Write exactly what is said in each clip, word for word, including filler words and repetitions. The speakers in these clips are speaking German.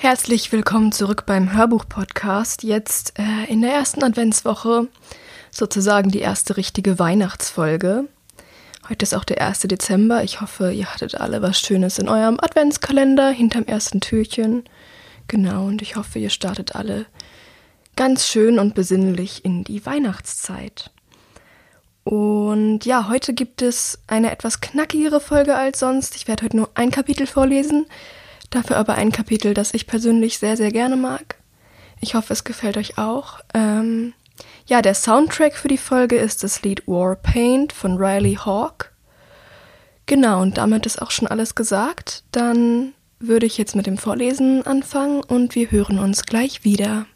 Herzlich willkommen zurück beim Hörbuch-Podcast. Jetzt äh, in der ersten Adventswoche sozusagen die erste richtige Weihnachtsfolge. Heute ist auch der erste Dezember. Ich hoffe, ihr hattet alle was Schönes in eurem Adventskalender hinterm ersten Türchen. Genau, und ich hoffe, ihr startet alle ganz schön und besinnlich in die Weihnachtszeit. Und ja, heute gibt es eine etwas knackigere Folge als sonst. Ich werde heute nur ein Kapitel vorlesen. Dafür aber ein Kapitel, das ich persönlich sehr, sehr gerne mag. Ich hoffe, es gefällt euch auch. Ähm, ja, der Soundtrack für die Folge ist das Lied Warpaint von Riley Hawk. Genau, und damit ist auch schon alles gesagt. Dann würde ich jetzt mit dem Vorlesen anfangen und wir hören uns gleich wieder.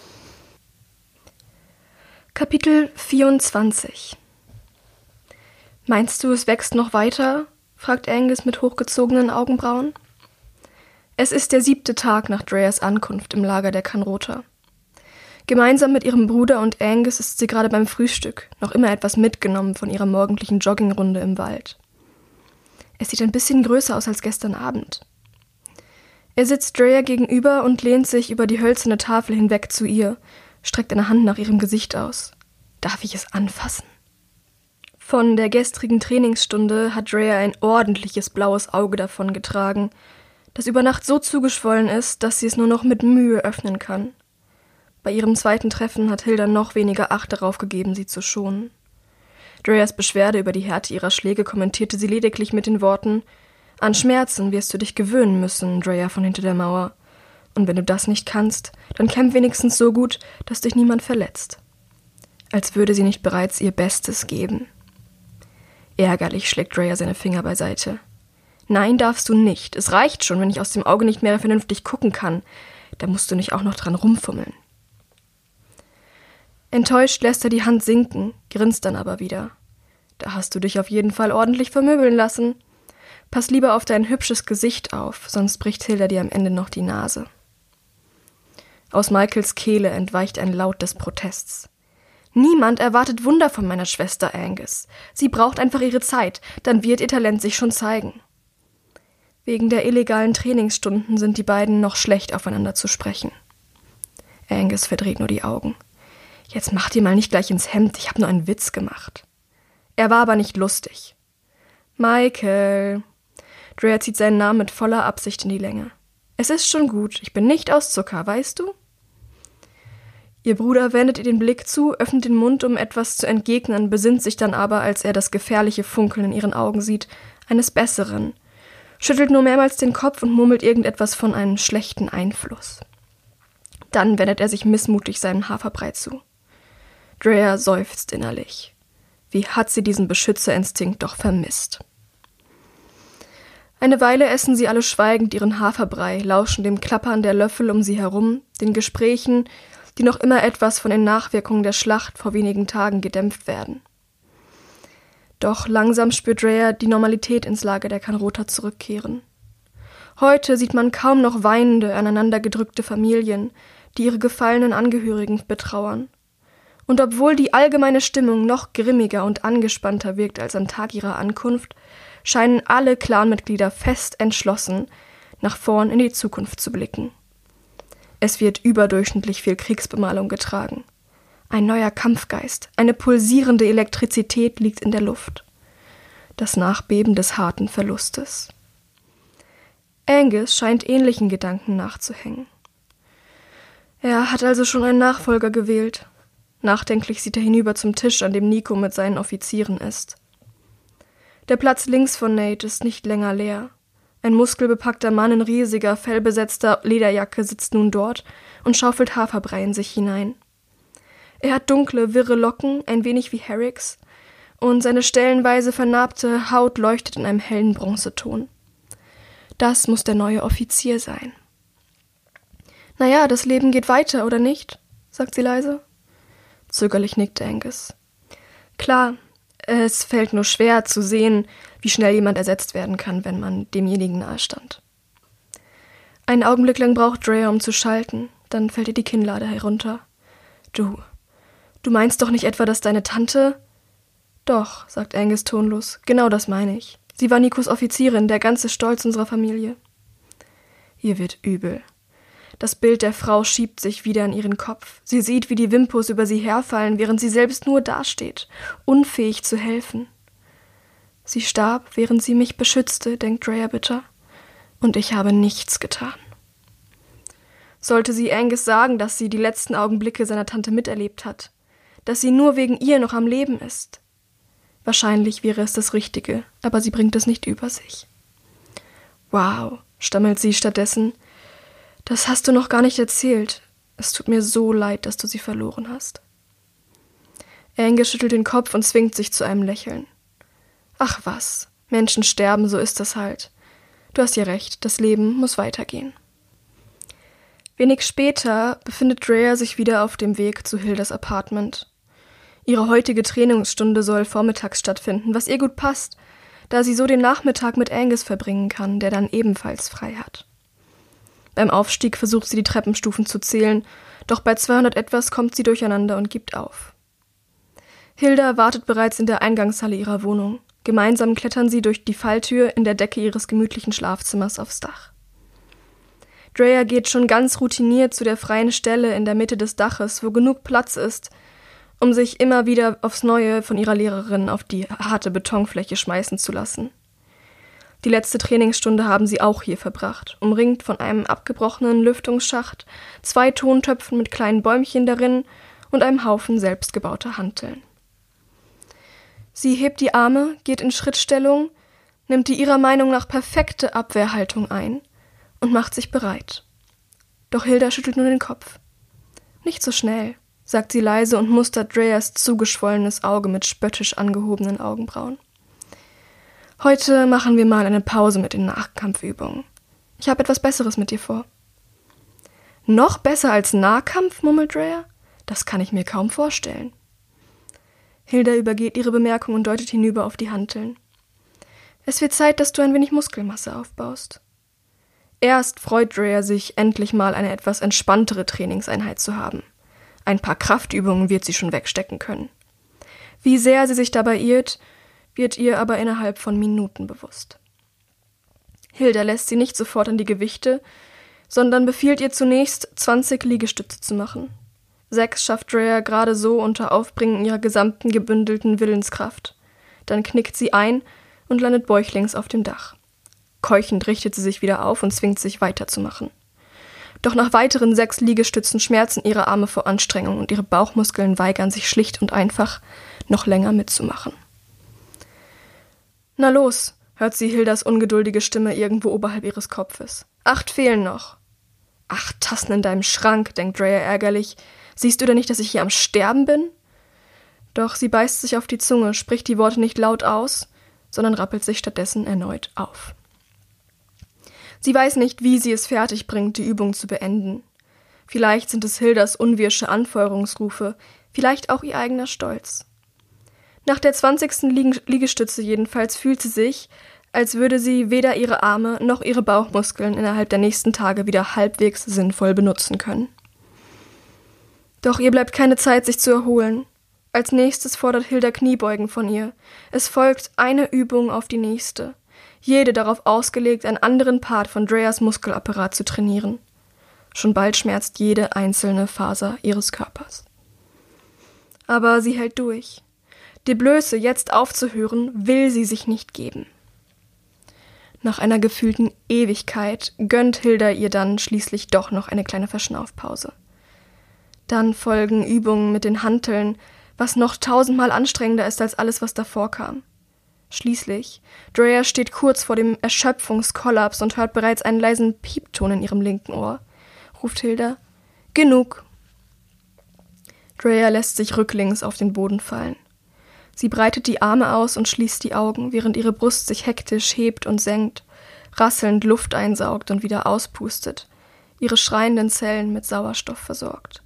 Kapitel vierundzwanzig. Meinst du, es wächst noch weiter? Fragt Angus mit hochgezogenen Augenbrauen. Es ist der siebte Tag nach Dreyas Ankunft im Lager der Kanrother. Gemeinsam mit ihrem Bruder und Angus ist sie gerade beim Frühstück, noch immer etwas mitgenommen von ihrer morgendlichen Joggingrunde im Wald. Es sieht ein bisschen größer aus als gestern Abend. Er sitzt Dreya gegenüber und lehnt sich über die hölzerne Tafel hinweg zu ihr, streckt eine Hand nach ihrem Gesicht aus. Darf ich es anfassen? Von der gestrigen Trainingsstunde hat Dreya ein ordentliches blaues Auge davongetragen, das über Nacht so zugeschwollen ist, dass sie es nur noch mit Mühe öffnen kann. Bei ihrem zweiten Treffen hat Hilda noch weniger Acht darauf gegeben, sie zu schonen. Dreyas Beschwerde über die Härte ihrer Schläge kommentierte sie lediglich mit den Worten: »An Schmerzen wirst du dich gewöhnen müssen, Dreya von hinter der Mauer. Und wenn du das nicht kannst, dann kämpf wenigstens so gut, dass dich niemand verletzt.« Als würde sie nicht bereits ihr Bestes geben. Ärgerlich schlägt Dreya seine Finger beiseite. »Nein, darfst du nicht. Es reicht schon, wenn ich aus dem Auge nicht mehr vernünftig gucken kann. Da musst du nicht auch noch dran rumfummeln.« Enttäuscht lässt er die Hand sinken, grinst dann aber wieder. »Da hast du dich auf jeden Fall ordentlich vermöbeln lassen. Pass lieber auf dein hübsches Gesicht auf, sonst bricht Hilda dir am Ende noch die Nase.« Aus Michaels Kehle entweicht ein Laut des Protests. »Niemand erwartet Wunder von meiner Schwester Angus. Sie braucht einfach ihre Zeit, dann wird ihr Talent sich schon zeigen.« Wegen der illegalen Trainingsstunden sind die beiden noch schlecht aufeinander zu sprechen. Angus verdreht nur die Augen. »Jetzt mach dir mal nicht gleich ins Hemd, ich habe nur einen Witz gemacht.« Er war aber nicht lustig. »Michael.« Dreya zieht seinen Namen mit voller Absicht in die Länge. »Es ist schon gut, ich bin nicht aus Zucker, weißt du?« Ihr Bruder wendet ihr den Blick zu, öffnet den Mund, um etwas zu entgegnen, besinnt sich dann aber, als er das gefährliche Funkeln in ihren Augen sieht, eines Besseren, schüttelt nur mehrmals den Kopf und murmelt irgendetwas von einem schlechten Einfluss. Dann wendet er sich missmutig seinem Haferbrei zu. Dreya seufzt innerlich. Wie hat sie diesen Beschützerinstinkt doch vermisst. Eine Weile essen sie alle schweigend ihren Haferbrei, lauschen dem Klappern der Löffel um sie herum, den Gesprächen, die noch immer etwas von den Nachwirkungen der Schlacht vor wenigen Tagen gedämpft werden. Doch langsam spürt Dreya die Normalität ins Lager der Kanrother zurückkehren. Heute sieht man kaum noch weinende, aneinandergedrückte Familien, die ihre gefallenen Angehörigen betrauern. Und obwohl die allgemeine Stimmung noch grimmiger und angespannter wirkt als am Tag ihrer Ankunft, scheinen alle Clanmitglieder fest entschlossen, nach vorn in die Zukunft zu blicken. Es wird überdurchschnittlich viel Kriegsbemalung getragen. Ein neuer Kampfgeist, eine pulsierende Elektrizität liegt in der Luft. Das Nachbeben des harten Verlustes. Angus scheint ähnlichen Gedanken nachzuhängen. Er hat also schon einen Nachfolger gewählt. Nachdenklich sieht er hinüber zum Tisch, an dem Nico mit seinen Offizieren ist. Der Platz links von Nate ist nicht länger leer. Ein muskelbepackter Mann in riesiger, fellbesetzter Lederjacke sitzt nun dort und schaufelt Haferbrei in sich hinein. Er hat dunkle, wirre Locken, ein wenig wie Herricks, und seine stellenweise vernarbte Haut leuchtet in einem hellen Bronzeton. Das muss der neue Offizier sein. »Naja, das Leben geht weiter, oder nicht?« sagt sie leise. Zögerlich nickt Angus. »Klar, es fällt nur schwer zu sehen, wie schnell jemand ersetzt werden kann, wenn man demjenigen nahestand.« Einen Augenblick lang braucht Dreya, um zu schalten, dann fällt ihr die Kinnlade herunter. »Du, du meinst doch nicht etwa, dass deine Tante...« »Doch«, sagt Angus tonlos, »genau das meine ich. Sie war Nikos Offizierin, der ganze Stolz unserer Familie.« Ihr wird übel. Das Bild der Frau schiebt sich wieder in ihren Kopf. Sie sieht, wie die Wimpos über sie herfallen, während sie selbst nur dasteht, unfähig zu helfen. Sie starb, während sie mich beschützte, denkt Drea bitter. Und ich habe nichts getan. Sollte sie Angus sagen, dass sie die letzten Augenblicke seiner Tante miterlebt hat, dass sie nur wegen ihr noch am Leben ist? Wahrscheinlich wäre es das Richtige, aber sie bringt es nicht über sich. »Wow«, stammelt sie stattdessen, »das hast du noch gar nicht erzählt. Es tut mir so leid, dass du sie verloren hast.« Angus schüttelt den Kopf und zwingt sich zu einem Lächeln. »Ach was, Menschen sterben, so ist das halt. Du hast ja recht, das Leben muss weitergehen.« Wenig später befindet Drea sich wieder auf dem Weg zu Hildas Apartment. Ihre heutige Trainingsstunde soll vormittags stattfinden, was ihr gut passt, da sie so den Nachmittag mit Angus verbringen kann, der dann ebenfalls frei hat. Beim Aufstieg versucht sie die Treppenstufen zu zählen, doch bei zweihundert etwas kommt sie durcheinander und gibt auf. Hilda wartet bereits in der Eingangshalle ihrer Wohnung. Gemeinsam klettern sie durch die Falltür in der Decke ihres gemütlichen Schlafzimmers aufs Dach. Drea geht schon ganz routiniert zu der freien Stelle in der Mitte des Daches, wo genug Platz ist, um sich immer wieder aufs Neue von ihrer Lehrerin auf die harte Betonfläche schmeißen zu lassen. Die letzte Trainingsstunde haben sie auch hier verbracht, umringt von einem abgebrochenen Lüftungsschacht, zwei Tontöpfen mit kleinen Bäumchen darin und einem Haufen selbstgebauter Hanteln. Sie hebt die Arme, geht in Schrittstellung, nimmt die ihrer Meinung nach perfekte Abwehrhaltung ein und macht sich bereit. Doch Hilda schüttelt nur den Kopf. »Nicht so schnell«, sagt sie leise und mustert Dreas zugeschwollenes Auge mit spöttisch angehobenen Augenbrauen. »Heute machen wir mal eine Pause mit den Nahkampfübungen. Ich habe etwas Besseres mit dir vor.« »Noch besser als Nahkampf?«, murmelt Drea. »Das kann ich mir kaum vorstellen.« Hilda übergeht ihre Bemerkung und deutet hinüber auf die Hanteln. »Es wird Zeit, dass du ein wenig Muskelmasse aufbaust.« Erst freut Drea sich, endlich mal eine etwas entspanntere Trainingseinheit zu haben. Ein paar Kraftübungen wird sie schon wegstecken können. Wie sehr sie sich dabei irrt, wird ihr aber innerhalb von Minuten bewusst. Hilda lässt sie nicht sofort an die Gewichte, sondern befiehlt ihr zunächst, zwanzig Liegestütze zu machen. Sechs schafft Drea gerade so unter Aufbringen ihrer gesamten gebündelten Willenskraft. Dann knickt sie ein und landet bäuchlings auf dem Dach. Keuchend richtet sie sich wieder auf und zwingt sich weiterzumachen. Doch nach weiteren sechs Liegestützen schmerzen ihre Arme vor Anstrengung und ihre Bauchmuskeln weigern sich schlicht und einfach, noch länger mitzumachen. »Na los«, hört sie Hildas ungeduldige Stimme irgendwo oberhalb ihres Kopfes. »Acht fehlen noch.« »Acht Tassen in deinem Schrank«, denkt Drea ärgerlich. »Siehst du denn nicht, dass ich hier am Sterben bin?« Doch sie beißt sich auf die Zunge, spricht die Worte nicht laut aus, sondern rappelt sich stattdessen erneut auf. Sie weiß nicht, wie sie es fertigbringt, die Übung zu beenden. Vielleicht sind es Hildas unwirsche Anfeuerungsrufe, vielleicht auch ihr eigener Stolz. Nach der zwanzigsten Liegestütze jedenfalls fühlt sie sich, als würde sie weder ihre Arme noch ihre Bauchmuskeln innerhalb der nächsten Tage wieder halbwegs sinnvoll benutzen können. Doch ihr bleibt keine Zeit, sich zu erholen. Als nächstes fordert Hilda Kniebeugen von ihr. Es folgt eine Übung auf die nächste. Jede darauf ausgelegt, einen anderen Part von Dreas Muskelapparat zu trainieren. Schon bald schmerzt jede einzelne Faser ihres Körpers. Aber sie hält durch. Die Blöße, jetzt aufzuhören, will sie sich nicht geben. Nach einer gefühlten Ewigkeit gönnt Hilda ihr dann schließlich doch noch eine kleine Verschnaufpause. Dann folgen Übungen mit den Hanteln, was noch tausendmal anstrengender ist als alles, was davor kam. Schließlich, Drea steht kurz vor dem Erschöpfungskollaps und hört bereits einen leisen Piepton in ihrem linken Ohr. Ruft Hilda, »Genug!« Drea lässt sich rücklings auf den Boden fallen. Sie breitet die Arme aus und schließt die Augen, während ihre Brust sich hektisch hebt und senkt, rasselnd Luft einsaugt und wieder auspustet, ihre schreienden Zellen mit Sauerstoff versorgt.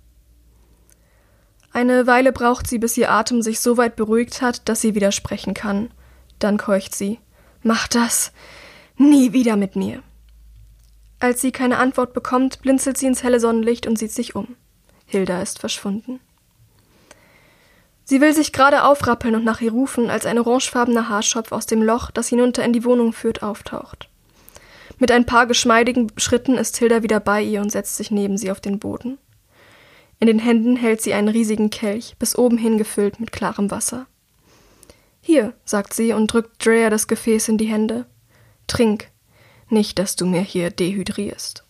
Eine Weile braucht sie, bis ihr Atem sich so weit beruhigt hat, dass sie wieder sprechen kann. Dann keucht sie, »Mach das! Nie wieder mit mir!« Als sie keine Antwort bekommt, blinzelt sie ins helle Sonnenlicht und sieht sich um. Hilda ist verschwunden. Sie will sich gerade aufrappeln und nach ihr rufen, als ein orangefarbener Haarschopf aus dem Loch, das hinunter in die Wohnung führt, auftaucht. Mit ein paar geschmeidigen Schritten ist Hilda wieder bei ihr und setzt sich neben sie auf den Boden. In den Händen hält sie einen riesigen Kelch, bis oben hin gefüllt mit klarem Wasser. »Hier«, sagt sie und drückt Drea das Gefäß in die Hände. »Trink, nicht, dass du mir hier dehydrierst.«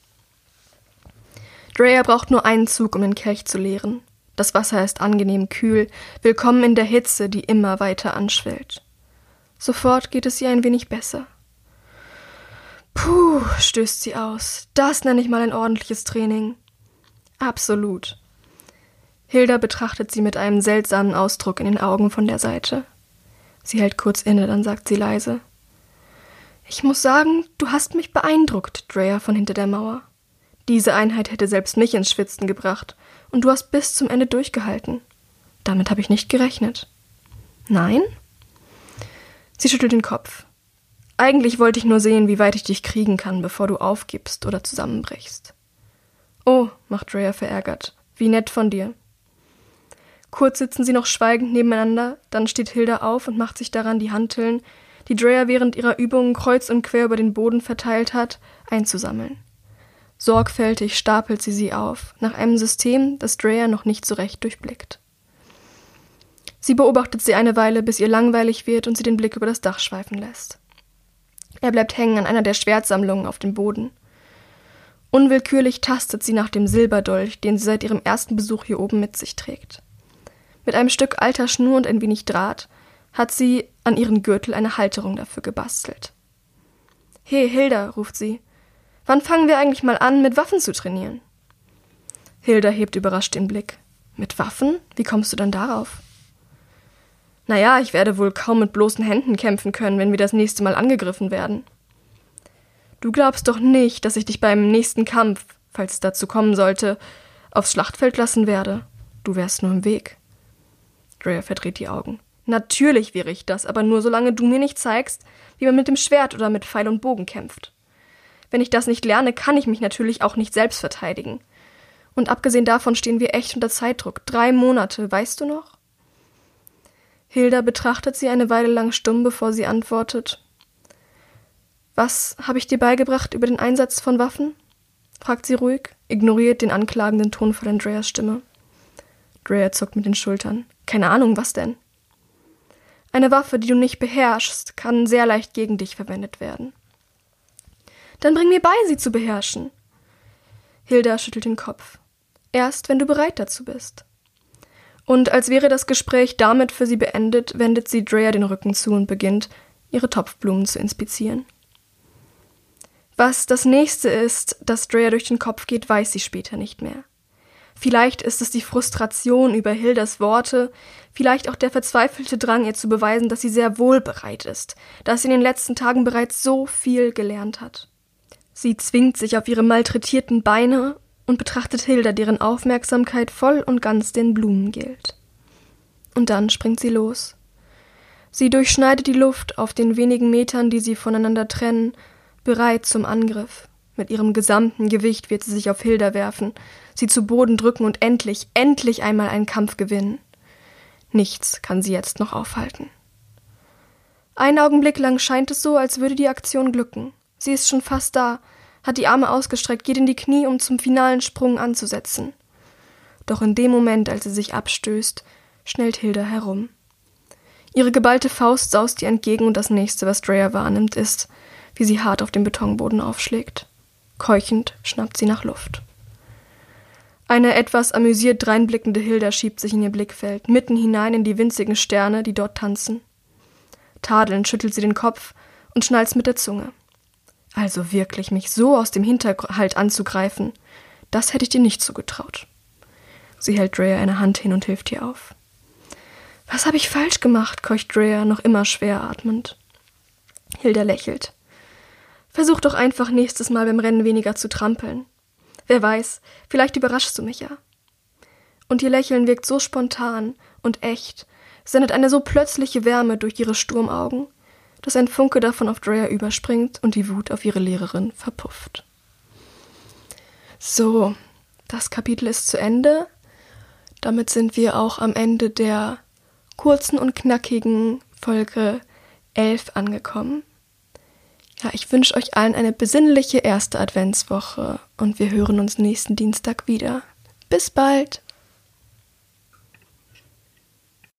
Drea braucht nur einen Zug, um den Kelch zu leeren. Das Wasser ist angenehm kühl, willkommen in der Hitze, die immer weiter anschwillt. Sofort geht es ihr ein wenig besser. »Puh«, stößt sie aus, »das nenne ich mal ein ordentliches Training.« »Absolut.« Hilda betrachtet sie mit einem seltsamen Ausdruck in den Augen von der Seite. Sie hält kurz inne, dann sagt sie leise: »Ich muss sagen, du hast mich beeindruckt, Drea von hinter der Mauer. Diese Einheit hätte selbst mich ins Schwitzen gebracht, und du hast bis zum Ende durchgehalten. Damit habe ich nicht gerechnet.« »Nein?« Sie schüttelt den Kopf. »Eigentlich wollte ich nur sehen, wie weit ich dich kriegen kann, bevor du aufgibst oder zusammenbrichst.« »Oh«, macht Drea verärgert, »wie nett von dir.« Kurz sitzen sie noch schweigend nebeneinander, dann steht Hilda auf und macht sich daran, die Hanteln, die Drea während ihrer Übungen kreuz und quer über den Boden verteilt hat, einzusammeln. Sorgfältig stapelt sie sie auf, nach einem System, das Drea noch nicht so recht durchblickt. Sie beobachtet sie eine Weile, bis ihr langweilig wird und sie den Blick über das Dach schweifen lässt. Er bleibt hängen an einer der Schwertsammlungen auf dem Boden. Unwillkürlich tastet sie nach dem Silberdolch, den sie seit ihrem ersten Besuch hier oben mit sich trägt. Mit einem Stück alter Schnur und ein wenig Draht hat sie an ihren Gürtel eine Halterung dafür gebastelt. »Hey, Hilda«, ruft sie, »wann fangen wir eigentlich mal an, mit Waffen zu trainieren?« Hilda hebt überrascht den Blick. »Mit Waffen? Wie kommst du dann darauf?« »Naja, ich werde wohl kaum mit bloßen Händen kämpfen können, wenn wir das nächste Mal angegriffen werden.« »Du glaubst doch nicht, dass ich dich beim nächsten Kampf, falls es dazu kommen sollte, aufs Schlachtfeld lassen werde? Du wärst nur im Weg.« Drea verdreht die Augen. »Natürlich wäre ich das, aber nur solange du mir nicht zeigst, wie man mit dem Schwert oder mit Pfeil und Bogen kämpft. Wenn ich das nicht lerne, kann ich mich natürlich auch nicht selbst verteidigen. Und abgesehen davon stehen wir echt unter Zeitdruck. Drei Monate, weißt du noch?« Hilda betrachtet sie eine Weile lang stumm, bevor sie antwortet. »Was habe ich dir beigebracht über den Einsatz von Waffen?« fragt sie ruhig, ignoriert den anklagenden Ton von Dreas Stimme. Drea zuckt mit den Schultern. »Keine Ahnung, was denn?« »Eine Waffe, die du nicht beherrschst, kann sehr leicht gegen dich verwendet werden.« »Dann bring mir bei, sie zu beherrschen.« Hilda schüttelt den Kopf. »Erst, wenn du bereit dazu bist.« Und als wäre das Gespräch damit für sie beendet, wendet sie Drea den Rücken zu und beginnt, ihre Topfblumen zu inspizieren. Was das Nächste ist, das Drea durch den Kopf geht, weiß sie später nicht mehr. Vielleicht ist es die Frustration über Hildas Worte, vielleicht auch der verzweifelte Drang, ihr zu beweisen, dass sie sehr wohl bereit ist, dass sie in den letzten Tagen bereits so viel gelernt hat. Sie zwingt sich auf ihre malträtierten Beine und betrachtet Hilda, deren Aufmerksamkeit voll und ganz den Blumen gilt. Und dann springt sie los. Sie durchschneidet die Luft auf den wenigen Metern, die sie voneinander trennen, bereit zum Angriff. Mit ihrem gesamten Gewicht wird sie sich auf Hilda werfen, sie zu Boden drücken und endlich, endlich einmal einen Kampf gewinnen. Nichts kann sie jetzt noch aufhalten. Einen Augenblick lang scheint es so, als würde die Aktion glücken. Sie ist schon fast da, hat die Arme ausgestreckt, geht in die Knie, um zum finalen Sprung anzusetzen. Doch in dem Moment, als sie sich abstößt, schnellt Hilda herum. Ihre geballte Faust saust ihr entgegen und das Nächste, was Drea wahrnimmt, ist, wie sie hart auf den Betonboden aufschlägt. Keuchend schnappt sie nach Luft. Eine etwas amüsiert dreinblickende Hilda schiebt sich in ihr Blickfeld, mitten hinein in die winzigen Sterne, die dort tanzen. Tadelnd schüttelt sie den Kopf und schnalzt mit der Zunge. Also wirklich, mich so aus dem Hinterhalt anzugreifen, das hätte ich dir nicht zugetraut. Sie hält Drea eine Hand hin und hilft ihr auf. Was habe ich falsch gemacht, keucht Drea, noch immer schwer atmend. Hilda lächelt. Versuch doch einfach nächstes Mal beim Rennen weniger zu trampeln. Wer weiß, vielleicht überraschst du mich ja. Und ihr Lächeln wirkt so spontan und echt, sendet eine so plötzliche Wärme durch ihre Sturmaugen, dass ein Funke davon auf Drea überspringt und die Wut auf ihre Lehrerin verpufft. So, das Kapitel ist zu Ende. Damit sind wir auch am Ende der kurzen und knackigen Folge elf angekommen. Ja, ich wünsche euch allen eine besinnliche erste Adventswoche und wir hören uns nächsten Dienstag wieder. Bis bald!